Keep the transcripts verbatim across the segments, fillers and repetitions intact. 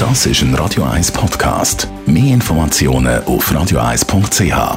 Das ist ein Radio eins Podcast. Mehr Informationen auf radio eins punkt c h.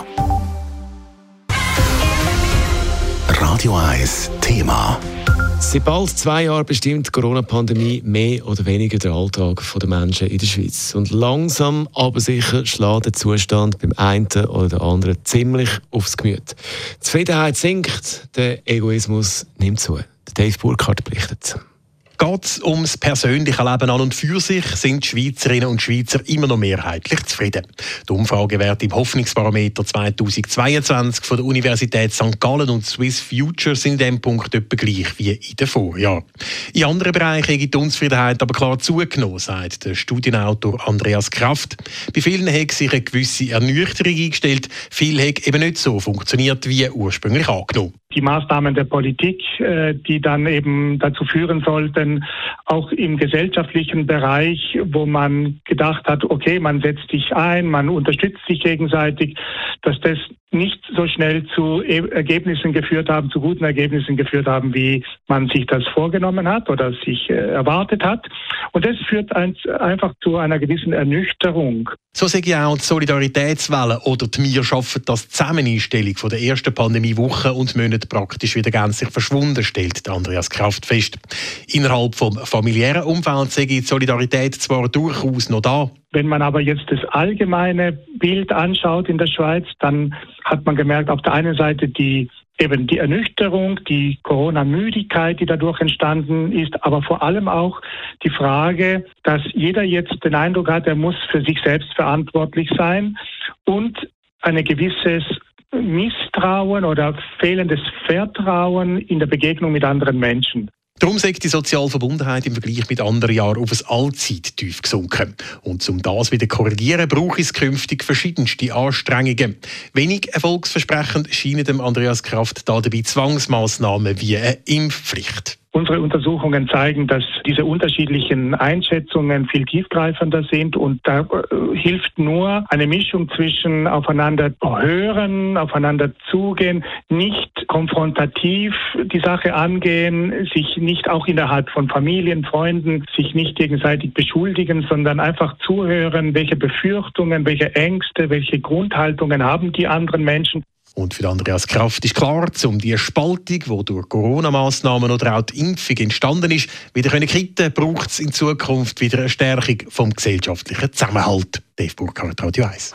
Radio eins Thema. Seit bald zwei Jahren bestimmt die Corona-Pandemie mehr oder weniger den Alltag der Menschen in der Schweiz. Und langsam, aber sicher schlägt der Zustand beim einen oder der anderen ziemlich aufs Gemüt. Die Zufriedenheit sinkt, der Egoismus nimmt zu. Dave Burkhardt berichtet. Geht es ums persönliche Leben an und für sich, sind die Schweizerinnen und Schweizer immer noch mehrheitlich zufrieden. Die Umfragewerte im Hoffnungsbarometer zweitausendzweiundzwanzig von der Universität Sankt Gallen und Swiss Future sind in diesem Punkt etwa gleich wie in den Vorjahren. In anderen Bereichen hat die Unzufriedenheit aber klar zugenommen, sagt der Studienautor Andreas Kraft. Bei vielen hat sich eine gewisse Ernüchterung eingestellt, viel hat eben nicht so funktioniert wie ursprünglich angenommen. Die Maßnahmen der Politik, die dann eben dazu führen sollten, auch im gesellschaftlichen Bereich, wo man gedacht hat, okay, man setzt sich ein, man unterstützt sich gegenseitig, dass das nicht so schnell zu Ergebnissen geführt haben, zu guten Ergebnissen geführt haben, wie man sich das vorgenommen hat oder sich erwartet hat. Und das führt einfach zu einer gewissen Ernüchterung. So sage ich auch die Solidaritätswelle oder die «Wir schaffen das» Zusammeneinstellung von der ersten Pandemiewoche und Monate praktisch wieder gänzlich verschwunden, stellt Andreas Kraft fest. Innerhalb vom familiären Umfeld sehe ich die Solidarität zwar durchaus noch da. Wenn man aber jetzt das allgemeine Bild anschaut in der Schweiz, dann hat man gemerkt, auf der einen Seite die eben die Ernüchterung, die Corona-Müdigkeit, die dadurch entstanden ist, aber vor allem auch die Frage, dass jeder jetzt den Eindruck hat, er muss für sich selbst verantwortlich sein und ein gewisses Misstrauen oder fehlendes Vertrauen in der Begegnung mit anderen Menschen. Darum sagt die soziale Verbundenheit im Vergleich mit anderen Jahren auf ein Allzeittief gesunken. Und um das wieder zu korrigieren, braucht es künftig verschiedenste Anstrengungen. Wenig erfolgsversprechend scheinen dem Andreas Kraft da dabei Zwangsmaßnahmen wie eine Impfpflicht. Unsere Untersuchungen zeigen, dass diese unterschiedlichen Einschätzungen viel tiefgreifender sind und da äh, hilft nur eine Mischung zwischen aufeinander hören, aufeinander zugehen, nicht konfrontativ die Sache angehen, sich nicht auch innerhalb von Familien, Freunden, sich nicht gegenseitig beschuldigen, sondern einfach zuhören, welche Befürchtungen, welche Ängste, welche Grundhaltungen haben die anderen Menschen. Und für Andreas Kraft ist klar, um die Spaltung, die durch Corona-Massnahmen oder auch die Impfung entstanden ist, wieder zu kitten, braucht es in Zukunft wieder eine Stärkung vom gesellschaftlichen Zusammenhalt. Dave Burkhardt, Radio eins.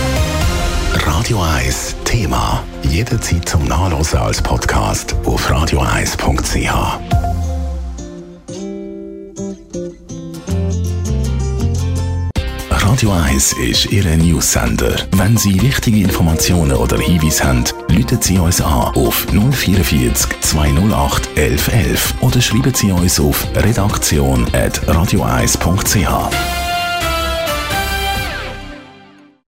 Radio eins Thema. Jederzeit zum Nachlesen als Podcast auf radio eins punkt c h. Radio eins ist Ihr News-Sender. Wenn Sie wichtige Informationen oder Hinweise haben, rufen Sie uns an auf null vierundvierzig zweihundertacht elf elf oder schreiben Sie uns auf redaktion at radio eins punkt c h.